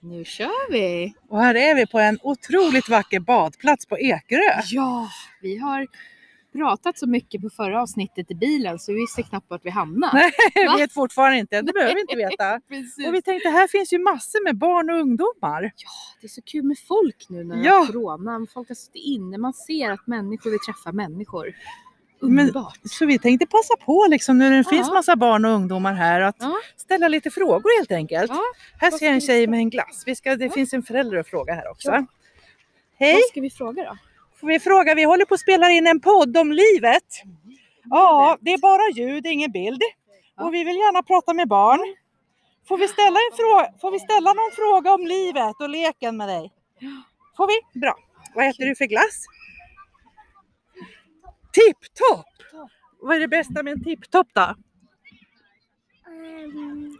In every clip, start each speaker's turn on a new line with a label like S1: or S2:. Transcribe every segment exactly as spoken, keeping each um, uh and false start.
S1: Nu kör vi!
S2: Och här är vi på en otroligt vacker badplats på Ekerö.
S1: Ja, vi har pratat så mycket på förra avsnittet i bilen så vi visste knappt vart vi hamnade.
S2: Nej,
S1: Va?
S2: vi vet fortfarande inte. Det behöver vi inte veta.
S1: Precis.
S2: Och vi tänkte, här finns ju massor med barn och ungdomar.
S1: Ja, det är så kul med folk nu när det
S2: Ja.
S1: är corona. Folk har suttit inne. Man ser att människor vill träffa människor.
S2: Men,
S1: Underbart.
S2: så vi tänkte passa på liksom, när det
S1: Ja.
S2: finns massa barn och ungdomar här att
S1: Ja.
S2: ställa lite frågor helt enkelt.
S1: Ja.
S2: Här
S1: Vad
S2: ser jag en
S1: ska vi
S2: tjej
S1: fråga?
S2: med en glass. Vi ska, det
S1: Ja.
S2: finns en förälder att fråga här också.
S1: Ja.
S2: Hej!
S1: Vad ska vi fråga då?
S2: Får vi fråga, vi håller på att spela in en podd om livet. Ja, det är bara ljud, ingen bild.
S1: Ja.
S2: Och vi vill gärna prata med barn. Får vi ställa en fråga, får vi ställa någon fråga om livet och leken med dig? Får vi? Bra. Vad äter du för glass? Tipptopp! Vad är det bästa med en tipptopp då?
S3: Um,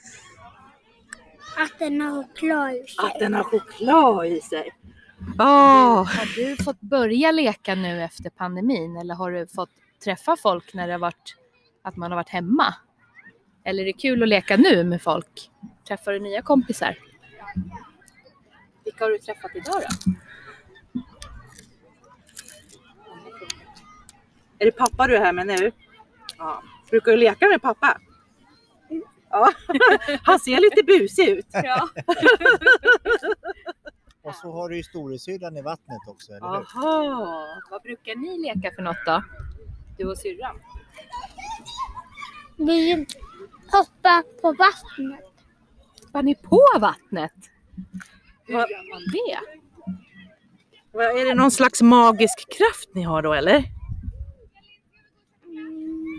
S3: att den har choklad i sig.
S2: Att den har choklad i sig. Åh!
S1: Har du fått börja leka nu efter pandemin? Eller har du fått träffa folk när det har varit att man har varit hemma? Eller är det kul att leka nu med folk? Träffar du nya kompisar? Vilka har du träffat idag då?
S2: Är det pappa du är här med nu? Ja. Brukar du leka med pappa? Ja. Han ser lite busig ut.
S1: Ja.
S4: Och så har du ju storasyrran i vattnet också, eller hur?
S1: Aha. Vad brukar ni leka för något då? Du och syrran?
S3: Vi hoppar på vattnet.
S1: Var ni på vattnet? Hur
S2: Vad-
S1: gör man det?
S2: Vad, är det någon slags magisk kraft ni har då eller?
S3: Mm,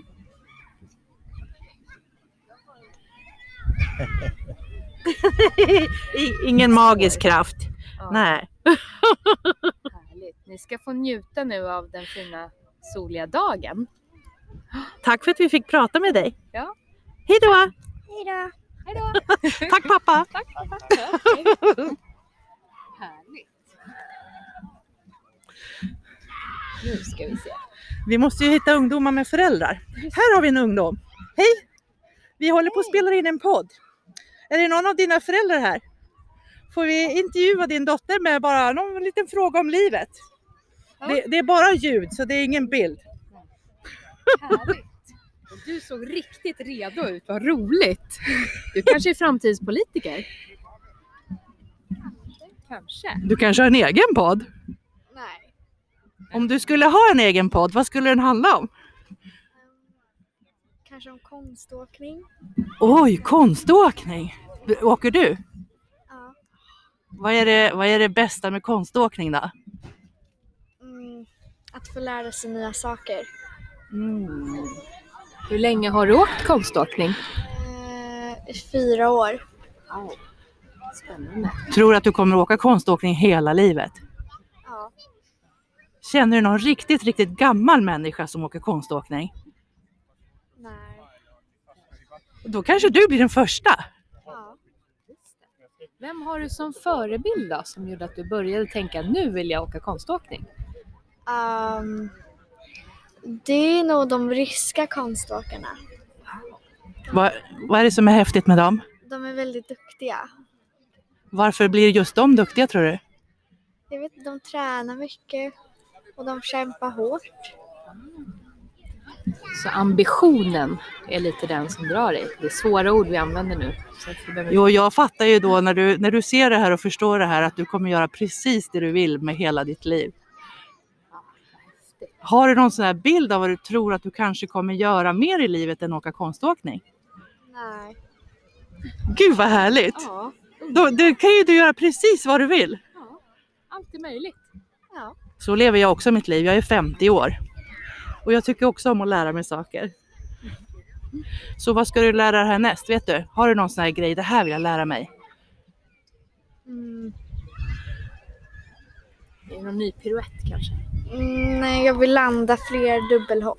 S2: I- Ingen magisk kraft.
S1: Ja,
S2: Nej.
S1: härligt. Ni ska få njuta nu av den fina soliga dagen.
S2: Tack för att vi fick prata med dig.
S1: Ja.
S2: Hej då!
S3: hejdå.
S1: Hej då!
S2: Tack pappa!
S1: Tack, pappa. Härligt. Nu ska vi se.
S2: Vi måste ju hitta ungdomar med föräldrar. Här har vi en ungdom. Hej! Vi håller på att spela in en podd. Är det någon av dina föräldrar här? Får vi intervjua din dotter med bara någon liten fråga om livet?
S1: Ja.
S2: Det, det är bara ljud så det är ingen bild.
S1: Härligt. Och du såg riktigt redo ut. Vad roligt. Du kanske är framtidspolitiker? Kanske.
S2: Du kanske har en egen podd?
S3: Nej.
S2: Om du skulle ha en egen podd, vad skulle den handla om?
S3: Kanske om konståkning.
S2: Oj, konståkning! Åker du?
S3: Ja.
S2: Vad är det, vad är det bästa med konståkning då?
S3: Mm, att få lära sig nya saker.
S2: Mm.
S1: Hur länge har du åkt konståkning?
S3: Eh, I fyra år.
S1: Spännande.
S2: Tror du att du kommer åka konståkning hela livet?
S3: Ja.
S2: Känner du någon riktigt, riktigt gammal människa som åker konståkning?
S3: Nej.
S2: Då kanske du blir den första.
S3: Ja.
S1: Vem har du som förebild då, som gjorde att du började tänka nu vill jag åka konståkning?
S3: Um, det är nog de ryska konståkarna.
S2: Vad, vad är det som är häftigt med dem?
S3: De är väldigt duktiga.
S2: Varför blir just de duktiga tror du?
S3: Jag vet, de tränar mycket och de kämpar hårt.
S1: Så ambitionen är lite den som drar dig. Det är svåra ord vi använder nu. Så att vi behöver...
S2: Jo, jag fattar ju då när du, när du ser det här och förstår det här att du kommer göra precis det du vill med hela ditt liv. Har du någon sån här bild av vad du tror att du kanske kommer göra mer i livet än åka konståkning?
S3: Nej.
S2: Gud vad härligt!
S1: Ja,
S2: Då, då kan ju du göra precis vad du vill.
S1: ja, allt är möjligt.
S3: Ja.
S2: Så lever jag också mitt liv. Jag är femtio år. Och jag tycker också om att lära mig saker. Så vad ska du lära dig härnäst? Vet du? Har du någon sån här grej? Det här vill jag lära mig.
S3: Mm.
S1: Det är någon ny piruett kanske.
S3: Mm, nej, jag vill landa fler dubbelhopp.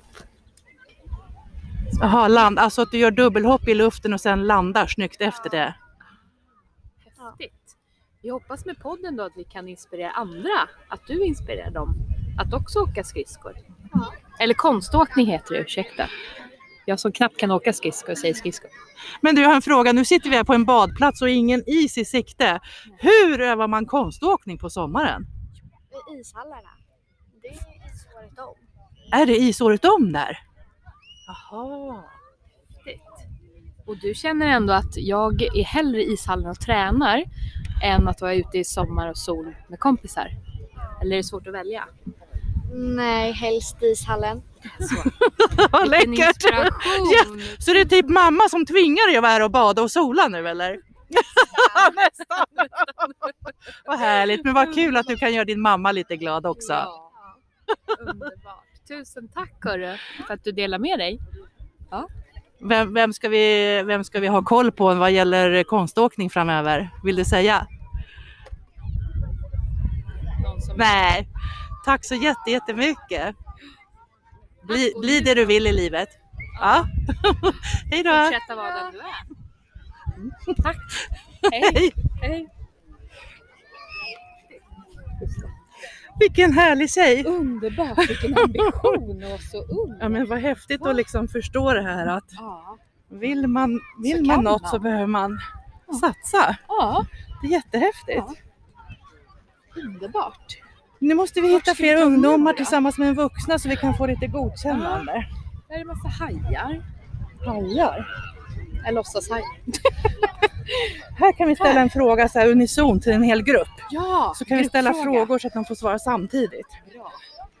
S2: Jaha, land. Alltså att du gör dubbelhopp i luften och sen landar snyggt efter det.
S1: Häftigt. Vi hoppas med podden då att vi kan inspirera andra. Att du inspirerar dem att också åka skridskor.
S3: Ja.
S1: Eller konståkning heter det, ursäkta. Jag som knappt kan åka skridskor och säger skridskor.
S2: Men du, har en fråga. Nu sitter vi här på en badplats och ingen is i sikte. Hur övar man konståkning på sommaren?
S3: I ishallarna. Det är isåret om.
S2: Är det isåret om där? Jaha.
S1: Och du känner ändå att jag är hellre i ishallen och tränar än att vara ute i sommar och sol med kompisar? Eller är det svårt att välja?
S3: Nej, helst ishallen.
S2: Vad
S1: Vilken
S2: läckert!
S1: inspiration!
S2: Ja, så det är typ mamma som tvingar dig att vara här och bada och sola nu eller? Nästan! Vad härligt, men vad kul att du kan göra din mamma lite glad också.
S1: Ja, underbart. Tusen tack hörru, för att du delar med dig. Ja.
S2: Vem, vem, ska vi, vem ska vi ha koll på vad gäller konståkning framöver? Vill du säga?
S1: Någon som...
S2: Nej, tack så jätte, jättemycket. Bli, bli det du vill i livet. Ja. Hej då.
S1: Fortsätta vara den du är. Tack. Hej. Hej.
S2: Vilken härlig tjej.
S1: Underbart, vilken ambition och så ung.
S2: Ja, men vad häftigt att liksom förstå det här att
S1: Ja.
S2: vill man, vill
S1: Så
S2: man
S1: kan
S2: något
S1: man.
S2: så behöver man satsa.
S1: Ja,
S2: Det är jättehäftigt.
S1: Ja. Underbart.
S2: Nu måste vi
S1: Vart
S2: hitta
S1: ska vi
S2: fler
S1: ta
S2: ungdomar
S1: nu då?
S2: tillsammans med en vuxna så vi kan få lite godkännande.
S1: Där är det massa hajar.
S2: Hajar.
S1: Eller låtsashajar.
S2: Här kan vi ställa en fråga så här unison till en hel grupp.
S1: Ja,
S2: Så kan vi ställa
S1: gruppfråga.
S2: frågor så att de får svara samtidigt.
S1: Bra.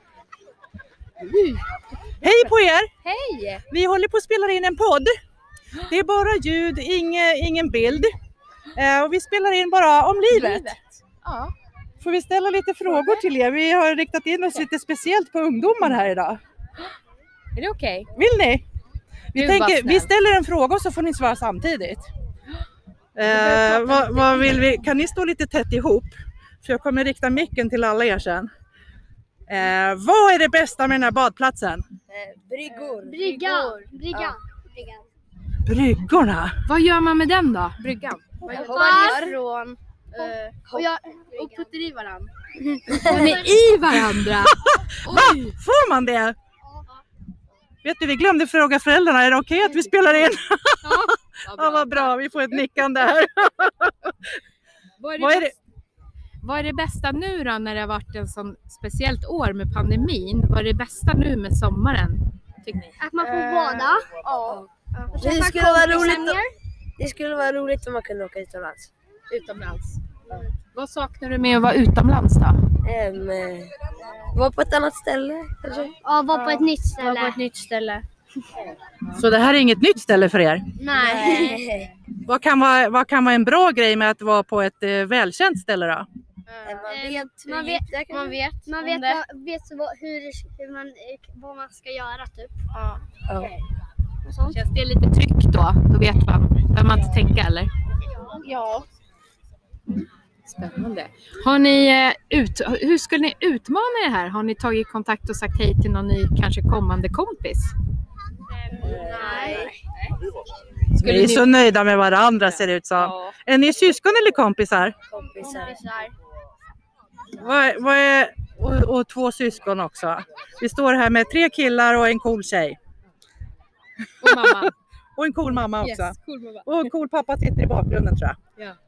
S2: Hej på er!
S1: Hej!
S2: Vi håller på att spela in en podd. Det är bara ljud, ingen, ingen bild. Eh, och vi spelar in bara om livet.
S1: Ja.
S2: Får vi ställa lite frågor till er? Vi har riktat in oss lite speciellt på ungdomar här idag.
S1: Är det okej?
S2: Vill ni? Vi,
S1: Gud, vad
S2: tänker, vi
S1: snällt.
S2: ställer en fråga och så får ni svara samtidigt. Eh, vad, vad vill vi? Kan ni stå lite tätt ihop? För jag kommer rikta micken till alla er sen. Eh, vad är det bästa med den här badplatsen?
S5: Bryggor.
S3: Bryggan. Bryggan. Bryggan.
S2: Bryggorna.
S1: Vad gör man med den då? Bryggan?
S3: Hoppar från uh, och, jag, och puttar i varandra.
S1: Är ni i varandra?
S2: Va? Får man det? Vet du, vi glömde fråga föräldrarna. Är det okej att vi spelar in? Ja, vad bra. Vi får ett nickande här.
S1: Vad är, det
S2: Vad är det?
S1: bästa, vad är det bästa nu då när det har varit en sån speciellt år med pandemin? Vad är det bästa nu med sommaren? Tycker ni?
S3: Att man får bada. Ja. Och
S5: Det
S3: träffa
S5: skulle vara
S3: kompisar
S5: roligt
S3: mer.
S5: Det skulle vara roligt om man kunde åka utomlands.
S1: Utomlands. Vad saknar du med att vara utomlands då?
S5: Um, eh, vara på ett annat ställe kanske.
S3: Ja, vara på ett nytt ställe.
S1: Vara på ett nytt ställe.
S2: Så det här är inget nytt ställe för er?
S3: Nej.
S2: Vad kan vara, vad kan vara en bra grej med att vara på ett eh, välkänt ställe då?
S5: Man vet hur
S3: Man
S5: det
S3: vet,
S5: gick där, kanske.
S3: man vet, man vet, vad, vet vad, hur, hur man, vad man ska göra typ.
S5: Ja.
S3: Och sånt.
S1: Känns det lite tryggt då? Då vet man. Behöver man inte tänka eller?
S3: Ja.
S1: Spännande. Har ni, eh, ut, hur skulle ni utmana er här? Har ni tagit kontakt och sagt hej till någon ny kanske kommande kompis?
S3: Nej.
S1: Skulle
S2: Ni är
S1: ni-
S2: så nöjda med varandra ser det ut som.
S1: Ja.
S2: Är ni syskon eller kompisar?
S5: Kompisar.
S3: Kompisar.
S2: Vad, vad är, och, och två syskon också. Vi står här med tre killar och en cool tjej.
S1: Och mamma.
S2: Och en cool mamma också.
S1: Yes, cool mamma.
S2: Och en cool pappa sitter i bakgrunden tror jag.
S1: Ja.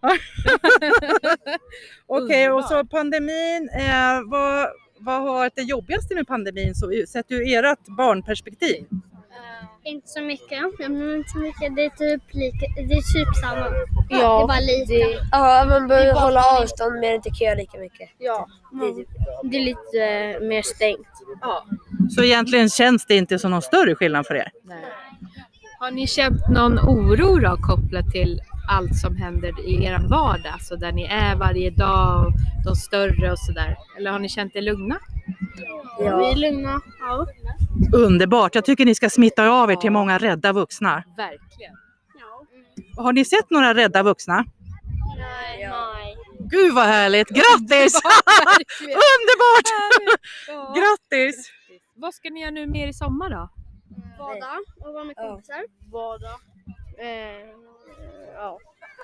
S2: Okej, och så pandemin. Eh, vad, vad har varit det jobbigaste med pandemin så, sett ur ert barnperspektiv?
S3: Inte så mycket. Men inte så mycket. Det är typ lika, det är typ samma. Det är
S5: Ja,
S3: bara lite.
S5: det, ja, man behöver hålla avstånd men inte köa lika mycket.
S3: Ja.
S5: Det är typ,
S3: Det är lite mer stängt.
S2: Så egentligen känns det inte som någon större skillnad för er?
S1: Nej. Har ni känt någon oro då kopplat till allt som händer i er vardag? Så där ni är varje dag och de större och sådär. Eller har ni känt er lugna?
S3: Vi
S5: ja.
S3: är lugna. Ja.
S2: Underbart, jag tycker ni ska smitta av er till många rädda vuxna.
S1: Verkligen.
S3: Ja.
S2: Har ni sett några rädda vuxna?
S3: Nej. Nej.
S2: Gud vad härligt, grattis! Underbart!
S1: Ja.
S2: Grattis!
S1: Vad ska ni göra nu mer i sommar då?
S3: Bada och vara med
S5: Ja.
S3: kompisar. Bada. Eh, ja.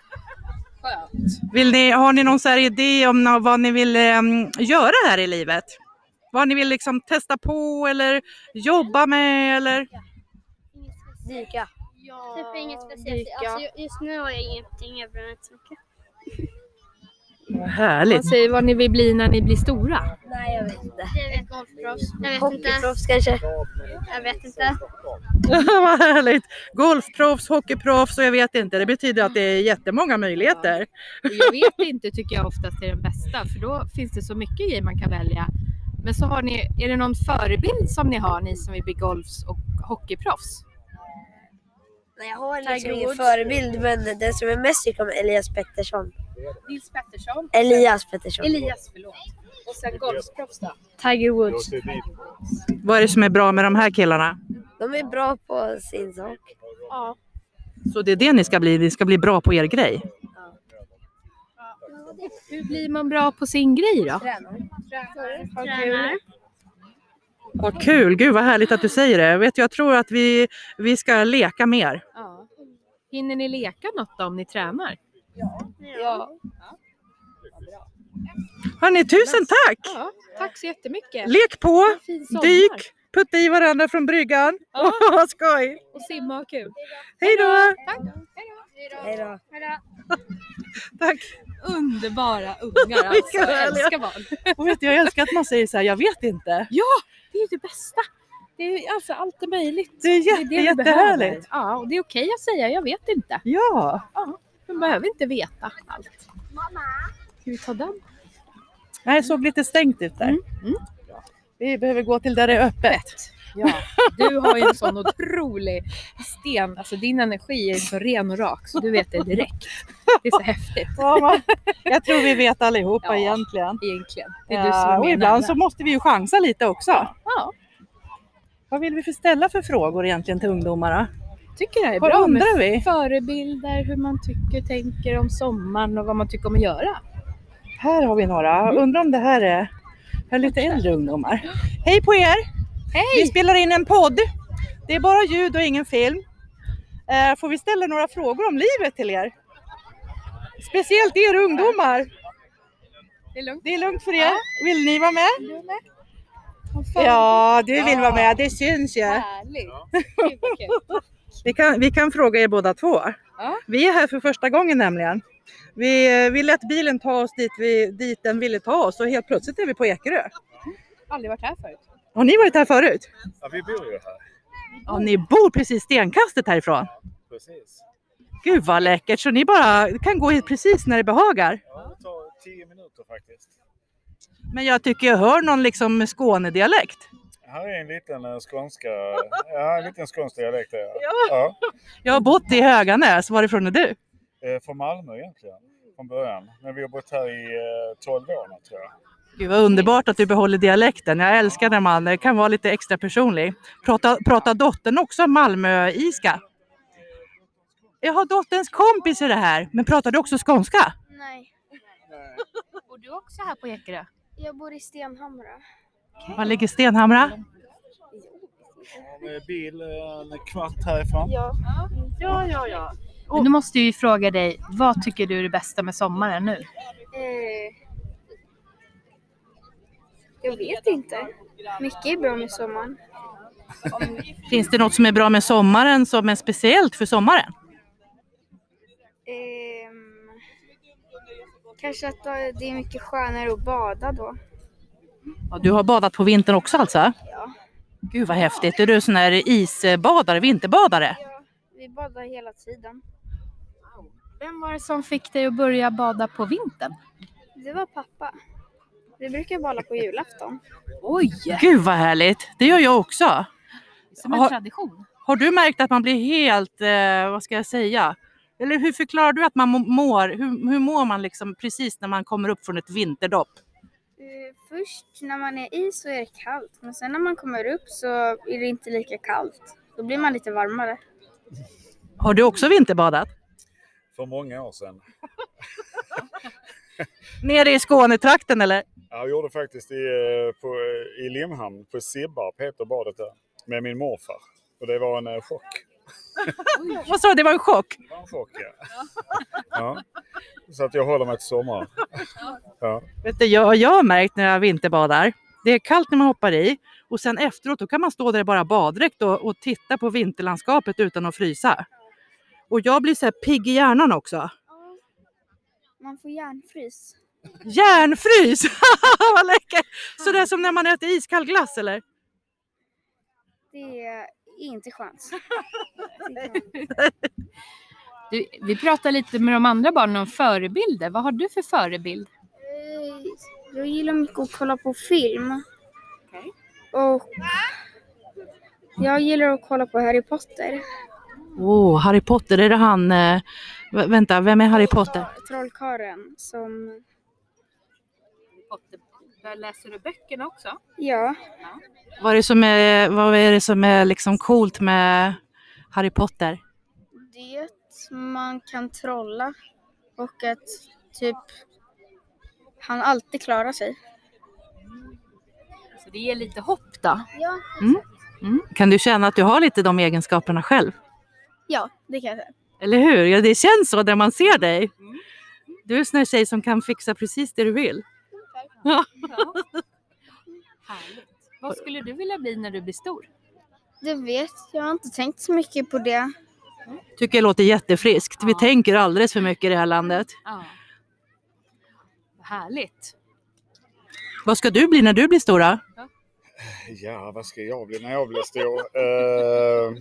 S2: Vill ni, har ni någon så här idé om nå- vad ni vill em, göra här i livet? Vad ni vill liksom testa på eller jobba med eller?
S3: Inget
S5: Dyka.
S3: Ja, typ inget speciellt. Alltså, just nu har jag ingenting, jag bränner inte så mycket.
S2: Vad härligt.
S1: Vad säger vad ni vill bli när ni blir stora?
S5: Nej, jag vet inte.
S3: Jag vet golfproffs. Jag vet inte.
S5: Hockeyproffs kanske.
S3: Jag vet inte.
S2: Vad härligt. Golfproffs, hockeyproffs och jag vet inte. Det betyder att det är jättemånga möjligheter.
S1: Jag vet inte tycker jag oftast är den bästa. För då finns det så mycket grejer man kan välja. Men så har ni, är det någon förebild som ni har, ni som vill bli golfs och hockeyproffs?
S5: Nej, jag har liksom ingen förebild, men den som är mest tycker om Elias Pettersson.
S1: Nils Pettersson.
S5: Elias Pettersson.
S1: Elias, förlåt. Och sen golfsproffs då?
S3: Tiger Woods.
S2: Vad är det som är bra med de här killarna?
S5: De är bra på sin sak.
S3: Ja.
S2: Så det är det ni ska bli? Ni ska bli bra på er grej?
S1: Hur blir man bra på sin grej då?
S3: Tränar.
S2: Vad kul, gud vad härligt att du säger det. Vet, jag tror att vi, vi ska leka mer.
S1: Ja. Hinner ni leka något då om ni tränar?
S3: Ja.
S2: Hörni, tusen tack!
S1: Ja, tack så jättemycket.
S2: Lek på,
S1: Fin sommar.
S2: dyk, putta i varandra från bryggan.
S1: Ja.
S2: Åh, skoj!
S1: Och simma och kul.
S2: Hej då!
S1: Tack.
S5: Hej då.
S2: Tack!
S1: Underbara ungar alltså.
S2: Vilka
S1: Jag
S2: härliga.
S1: älskar barn.
S2: Och vet du, jag älskar att man säger så här, jag vet inte.
S1: Ja, det är ju det bästa. Det är alltså allt är möjligt.
S2: Det är jätte,
S1: vi
S2: jättehärligt.
S1: behöver. Ja, och det är okej att säga jag vet inte.
S2: Ja,
S1: Ja, man behöver inte veta allt. Ska vi ta den?
S2: det såg lite stängt ut där.
S1: Mm, mm.
S2: Vi behöver gå till där det är öppet.
S1: Ja, du har ju en sån otrolig sten. Alltså din energi är så ren och rak så du vet det direkt. Det är så häftigt.
S2: Ja, man, jag tror vi vet allihopa
S1: Ja.
S2: egentligen.
S1: Egentligen. Det är du som
S2: Ja,
S1: är
S2: och
S1: mer
S2: ibland
S1: nära.
S2: så måste vi ju chansa lite också.
S1: Ja,
S2: Vad vill vi för ställa för frågor egentligen till ungdomarna?
S1: tycker det här är
S2: Vad
S1: bra
S2: undrar
S1: med
S2: vi?
S1: förebilder, hur man tycker, tänker om sommaren och vad man tycker om att göra.
S2: Här har vi några. Undrar om det här är, är lite äldre ungdomar. Hej på er! Vi
S1: Hej!
S2: spelar in en podd. Det är bara ljud och ingen film. Eh, får vi ställa några frågor om livet till er? Speciellt er ungdomar.
S1: Det är lugnt.
S2: Det är lugnt för er. Vill ni vara med?
S1: Du är med. Och för-
S2: Ja, du vill vara med. Det syns ju.
S1: Härligt. Gud, vad kul.
S2: Vi kan, vi kan fråga er båda två.
S1: Ja.
S2: Vi är här för första gången nämligen. Vi, vi lät bilen ta oss dit, vi, dit den ville ta oss och helt plötsligt är vi på Ekerö.
S1: Aldrig varit här förut.
S2: Har ni varit här förut?
S6: Ja, vi bor ju här.
S2: Ja, ni bor precis stenkastet härifrån.
S6: Precis.
S2: Gud vad läckert, så ni bara kan gå hit precis när det behagar.
S6: Ja, det tar tio minuter faktiskt.
S2: Men jag tycker jag hör någon liksom Skånedialekt.
S6: Här är en liten eh, skånska, ja, en liten skånsk dialekt. Ja.
S2: Ja.
S6: Ja.
S2: Jag har bott i Höganäs, varifrån är du?
S6: Eh, Från Malmö egentligen, från början. Men vi har bott här i eh, tolv år nu, tror jag.
S2: Gud vad underbart att du behåller dialekten. Jag älskar när man kan vara lite extra personlig. Prata, pratar dottern också Malmö-iska? Jag har dotterns kompis i det här, men pratar du också skånska?
S3: Nej.
S1: Bor du också här på Ekerö?
S3: Jag bor i Stenhamra.
S2: Var ligger Stenhamra?
S6: Ja, med bil eh, en kvart härifrån.
S3: Ja.
S2: Ja, ja, ja.
S1: Och nu måste jag ju fråga dig, vad tycker du är det bästa med sommaren nu?
S3: Eh, jag vet inte. Mycket är bra med sommaren. Om,
S2: Finns det något som är bra med sommaren som är speciellt för sommaren?
S3: ehm, kanske att det är mycket skönare att bada då.
S2: Ja, du har badat på vintern också alltså?
S3: Ja.
S2: Gud vad häftigt. Är du sån här isbadare, vinterbadare?
S3: Ja, vi badar hela tiden.
S1: Vem var det som fick dig att börja bada på vintern?
S3: Det var pappa. Vi brukar bada på julafton.
S1: Oj!
S2: Gud vad härligt. Det gör jag också.
S1: Som en
S2: Har-
S1: tradition.
S2: Har du märkt att man blir helt, eh, vad ska jag säga? Eller hur förklarar du att man må- mår? Hur, hur mår man liksom precis när man kommer upp från ett vinterdopp?
S3: Eh, först när man är i så är det kallt. Men sen när man kommer upp så är det inte lika kallt. Då blir man lite varmare.
S2: Har du också vinterbadat?
S6: För många år sedan.
S2: Nere i Skånetrakten eller?
S6: Ja, jag gjorde faktiskt i, eh, på, i Limhamn på Sibbarp heter badet där. Med min morfar. Och det var en eh, chock.
S2: Vad sa du? Det var en chock.
S6: Det var en chock, ja. Ja. Så att jag håller mig till sommar. Ja.
S2: Vet du, jag, jag har märkt när jag vinterbadar. Det är kallt när man hoppar i. Och Och sen efteråt då kan man stå där i bara baddräkt och, och titta på vinterlandskapet utan att frysa. Och jag blir så här pigg i hjärnan också.
S3: Man får järnfrys.
S2: Järnfrys! Vad läckert! Så det är som när man äter iskall glass, eller?
S3: Det är inte skönt.
S1: Du, vi pratar lite med de andra barnen om förebilder. Vad har du för förebild?
S3: Jag gillar mycket att kolla på film.
S1: Okay.
S3: Och jag gillar att kolla på Harry Potter.
S2: Åh, oh, Harry Potter, är det han... Eh, vänta, vem är Harry Potter?
S3: Trollkarlen som...
S1: Där läser du böckerna också?
S3: Ja.
S2: Vad är det som är, vad är, det som är liksom coolt med Harry Potter?
S3: Det är att man kan trolla och att typ han alltid klarar sig.
S1: Så det ger lite hopp då?
S3: Ja.
S2: Mm. Mm. Kan du känna att du har lite de egenskaperna själv?
S3: Ja, det kan jag säga.
S2: Eller hur? Ja, det känns så när man ser dig. Du är en sån här tjej som kan fixa precis det du vill.
S1: Ja. Härligt. Vad skulle du vilja bli när du blir stor?
S3: Det vet jag. Jag har inte tänkt så mycket på det.
S2: Tycker jag låter jättefriskt. Vi
S1: Ja.
S2: tänker alldeles för mycket i det här landet.
S1: Ja. Härligt.
S2: Vad ska du bli när du blir stora?
S6: Ja, vad ska jag bli när jag blir stor? uh...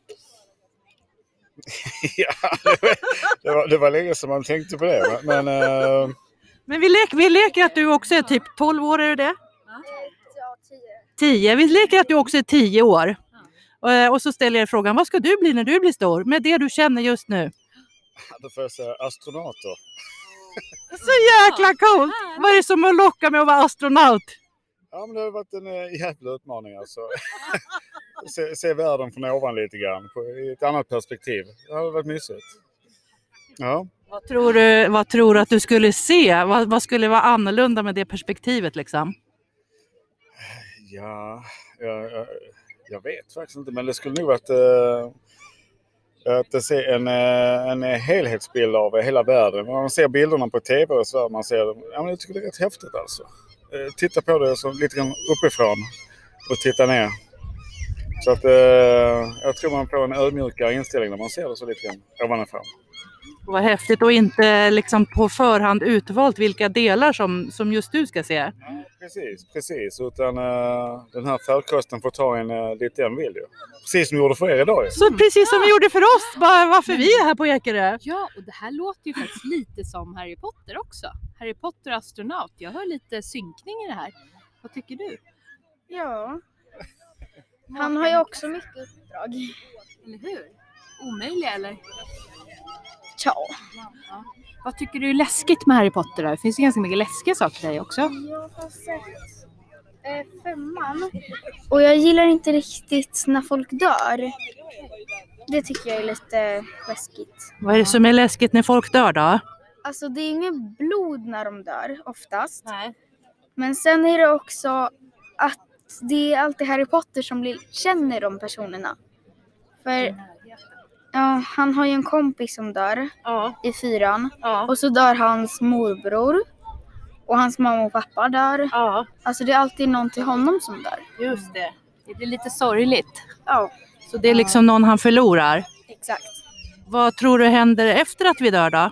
S6: ja, det var, det, var, det var länge som man tänkte på det. Men, uh...
S2: Men vi, lek, vi leker att du också är typ tolv år, är det det?
S3: Ja, tio.
S2: tio. Vi leker att du också är tio år. Och, och så ställer jag frågan, vad ska du bli när du blir stor? Med det du känner just nu.
S6: Då får jag säga astronauter.
S2: Så jäkla coolt! Vad är det som att locka med att vara astronaut?
S6: Ja, men det har varit en äh, jävla utmaning alltså. se, se världen från ovan lite grann. På, i ett annat perspektiv. Det har varit mysigt. Ja.
S2: Vad tror du, vad tror du att du skulle se? Vad, vad skulle vara annorlunda med det perspektivet liksom?
S6: Ja, jag, jag, jag vet faktiskt inte. Men det skulle nog varit äh, att se en, en helhetsbild av hela världen. Man ser bilderna på tv och så. Man ser, ja, men jag tycker det är rätt häftigt alltså. Titta på det så lite grann uppifrån och titta ner. Så att eh, jag tror man får en ödmjukare inställning när man ser det så lite grann ovanifrån.
S2: Vad häftigt, och inte liksom på förhand utvalt vilka delar som, som just du ska se.
S6: Ja, precis, precis. Utan uh, den här färdkosten får ta en uh, lite den vill ju. Precis som vi gjorde för er idag.
S2: Så precis som vi gjorde för oss, bara varför vi är här på Ekerö.
S1: Ja, och det här låter ju faktiskt lite som Harry Potter också. Harry Potter och astronaut. Jag hör lite synkning i det här. Vad tycker du?
S3: Ja. Han har ju också mycket uppdrag.
S1: Eller hur? Omöjliga eller?
S3: Ja.
S1: Ja. Vad tycker du är läskigt med Harry Potter då? Det finns ju ganska mycket läskiga saker där också.
S3: Jag har sett eh, femman. Och jag gillar inte riktigt när folk dör. Det tycker jag är lite läskigt.
S2: Vad är det som är läskigt när folk dör då?
S3: Alltså det är inget blod när de dör oftast.
S1: Nej.
S3: Men sen är det också att det är alltid Harry Potter som blir, känner de personerna. För ja, han har ju en kompis som dör
S2: Ja.
S3: i fyran.
S2: Ja.
S3: Och så dör hans morbror. Och hans mamma och pappa dör.
S2: Ja,
S3: Alltså det är alltid någon till honom som dör.
S2: just det.
S1: Det blir lite sorgligt.
S3: Ja,
S2: Så det är liksom någon han förlorar.
S3: exakt.
S2: Vad tror du händer efter att vi dör då?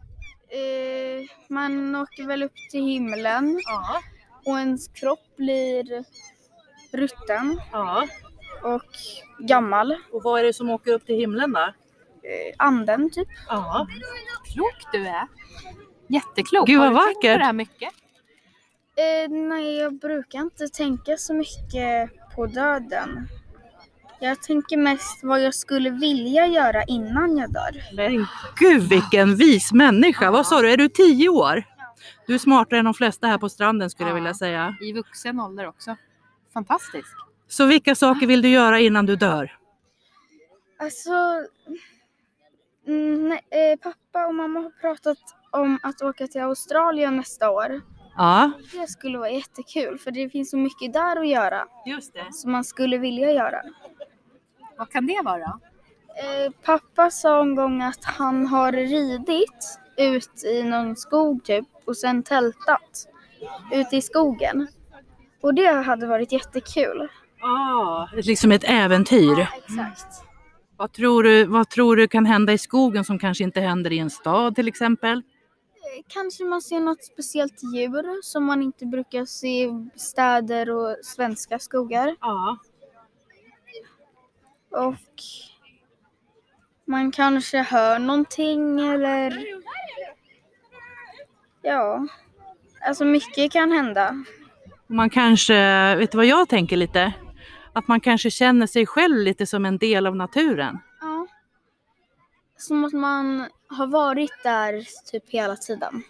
S3: Eh, man åker väl upp till himlen.
S2: Ja.
S3: Och ens kropp blir rutten
S2: Ja.
S3: och gammal.
S2: Och vad är det som åker upp till himlen då?
S3: Eh, anden typ.
S2: Ja.
S1: Klok du är. Jätteklok.
S2: Gud, vad
S1: Har du tänkt
S2: vackert.
S1: på det här mycket?
S3: Eh, nej, jag brukar inte tänka så mycket på döden. Jag tänker mest vad jag skulle vilja göra innan jag dör.
S2: Men gud, vilken vis människa. Vad sa du, är du tio år? Du är smartare än de flesta här på stranden skulle jag
S1: Ja.
S2: vilja säga.
S1: I vuxen ålder också. Fantastiskt.
S2: Så vilka saker vill du göra innan du dör?
S3: Alltså, mm, nej, eh, pappa och mamma har pratat om att åka till Australien nästa år.
S2: Ja,
S3: Det skulle vara jättekul för det finns så mycket där att göra
S2: just det.
S3: som man skulle vilja göra.
S1: Vad kan det vara?
S3: Eh, pappa sa en gång att han har ridit ut i någon skog typ och sen tältat ute i skogen. Och det hade varit jättekul.
S2: Ah, liksom ett äventyr.
S3: Ja, exakt.
S2: Vad tror du, vad tror du kan hända i skogen som kanske inte händer i en stad till exempel?
S3: Eh, Kanske man ser något speciellt djur som man inte brukar se i städer och svenska skogar.
S2: Ja.
S3: Och man kanske hör någonting eller... Ja, alltså mycket kan hända.
S2: Man kanske, vet du vad jag tänker lite? Att man kanske känner sig själv lite som en del av naturen.
S3: Ja. Som att man har varit där typ hela tiden.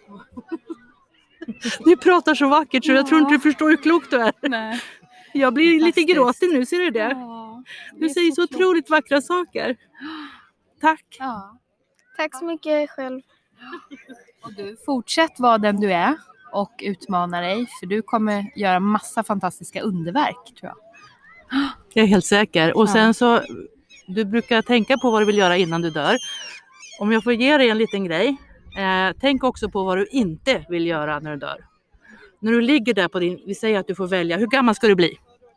S2: Du pratar så vackert så jag tror inte du förstår hur klok du är.
S1: Nej.
S2: Jag blir lite
S1: Fantastiskt.
S2: gråtig nu, ser du det?
S1: Ja,
S2: Du säger så otroligt vackra saker. Tack.
S1: Ja.
S3: Tack så mycket själv.
S1: Och du, fortsätt vara den du är och utmana dig. För du kommer göra massa fantastiska underverk, tror jag.
S2: Jag är helt säker. Och
S1: Ja.
S2: sen så, du brukar tänka på vad du vill göra innan du dör. Om jag får ge dig en liten grej. Eh, tänk också på vad du inte vill göra när du dör. När du ligger där på din, vi säger att du får välja. Hur gammal ska du bli?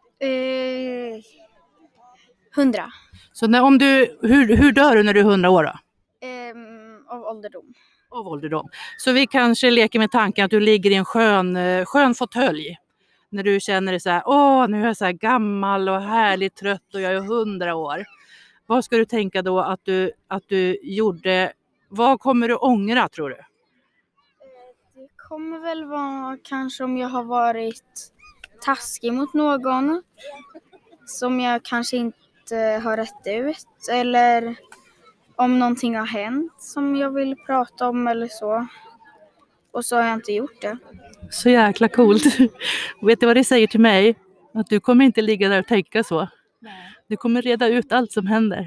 S3: Eh, hundra.
S2: Så när, om du, hur, hur dör du när du är hundra år då?
S3: Ehm, av ålderdom.
S2: Av ålderdom. Så vi kanske leker med tanken att du ligger i en skön, eh, skön fåtölj. När du känner dig så här, åh nu är jag så här gammal och härligt trött och jag är hundra år. Vad ska du tänka då att du, att du gjorde, vad kommer du ångra tror du?
S3: Det kommer väl vara kanske om jag har varit taskig mot någon. Som jag kanske inte har rätt ut. Eller om någonting har hänt som jag vill prata om eller så. Och så har jag inte gjort det.
S2: Så jäkla coolt. Vet du vad det säger till mig? Att du kommer inte ligga där och tänka så.
S1: Nej.
S2: Du kommer reda ut allt som händer.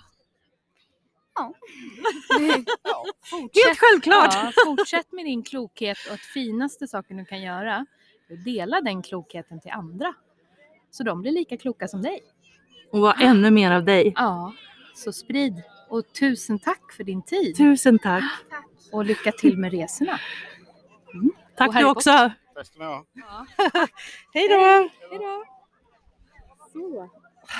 S3: Ja.
S1: Ja, fortsätt,
S2: Helt självklart.
S1: Ja, fortsätt med din klokhet och att finaste saken du kan göra är att dela den klokheten till andra. Så de blir lika kloka som dig.
S2: Och var ännu mer av dig.
S1: Ja, så sprid. Och tusen tack för din tid.
S2: Tusen tack.
S1: Och lycka till med resorna.
S2: Tack
S1: Och
S2: du
S1: Harry
S2: också.
S6: Tack ska ni ha.
S2: Hej då.
S1: Hej då. Så.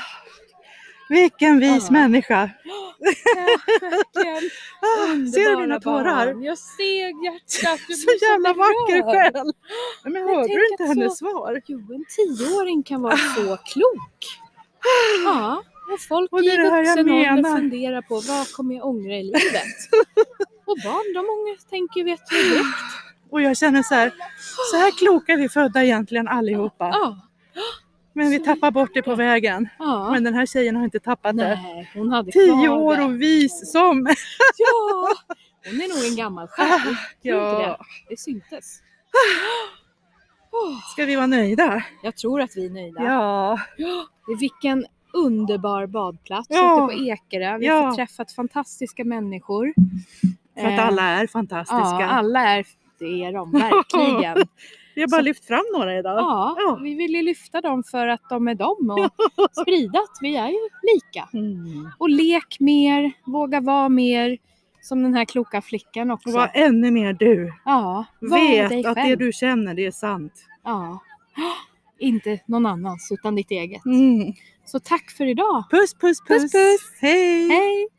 S2: Vilken vis
S1: Ja.
S2: människa.
S1: Verkligen.
S2: Ser du mina tårar?
S1: barn. Jag ser hjärtat. Du
S2: Så
S1: blir
S2: jävla vacker
S1: berörd.
S2: själ. Men
S1: Men
S2: hörde
S1: tänk
S2: du inte
S1: att
S2: hennes
S1: så-
S2: svar?
S1: Jo, en tioåring kan vara så klok. Ja, och folk
S2: Och det
S1: i
S2: är det här jag
S1: vuxen ålder
S2: menar.
S1: funderar på vad kommer jag ångra i livet? Och barn, de många tänker vet du direkt.
S2: Och jag känner så här, så här kloka är vi födda egentligen allihopa.
S1: Ja,
S2: Men vi tappar bort det på vägen.
S1: ja.
S2: Men den här tjejen har inte tappat det.
S1: Nej, hon hade
S2: Tio
S1: kvar
S2: år
S1: det.
S2: och vis som.
S1: Ja, hon är nog en gammal själ. Tror
S2: Ja.
S1: inte det? Det syntes.
S2: Ska vi vara nöjda?
S1: Jag tror att vi är nöjda.
S2: Ja.
S1: Vilken underbar badplats
S2: Ja.
S1: ute på Ekerö. Vi
S2: Ja.
S1: har träffat fantastiska människor.
S2: För att
S1: Eh,
S2: alla är fantastiska.
S1: Ja, alla är det är de verkligen.
S2: Vi har bara
S1: Så-
S2: lyft fram några idag.
S1: Ja,
S2: Ja.
S1: vi vill ju lyfta dem för att de är dem och sprida att vi är ju lika.
S2: Mm.
S1: Och lek mer, våga vara mer som den här kloka flickan också.
S2: Och var ännu mer du.
S1: Ja, var dig
S2: Vet att det
S1: själv.
S2: du känner, det är sant.
S1: Ja. Inte någon annans utan ditt eget.
S2: Mm.
S1: Så tack för idag.
S2: Puss, puss, puss.
S1: Puss, puss.
S2: Hej.
S1: Hej!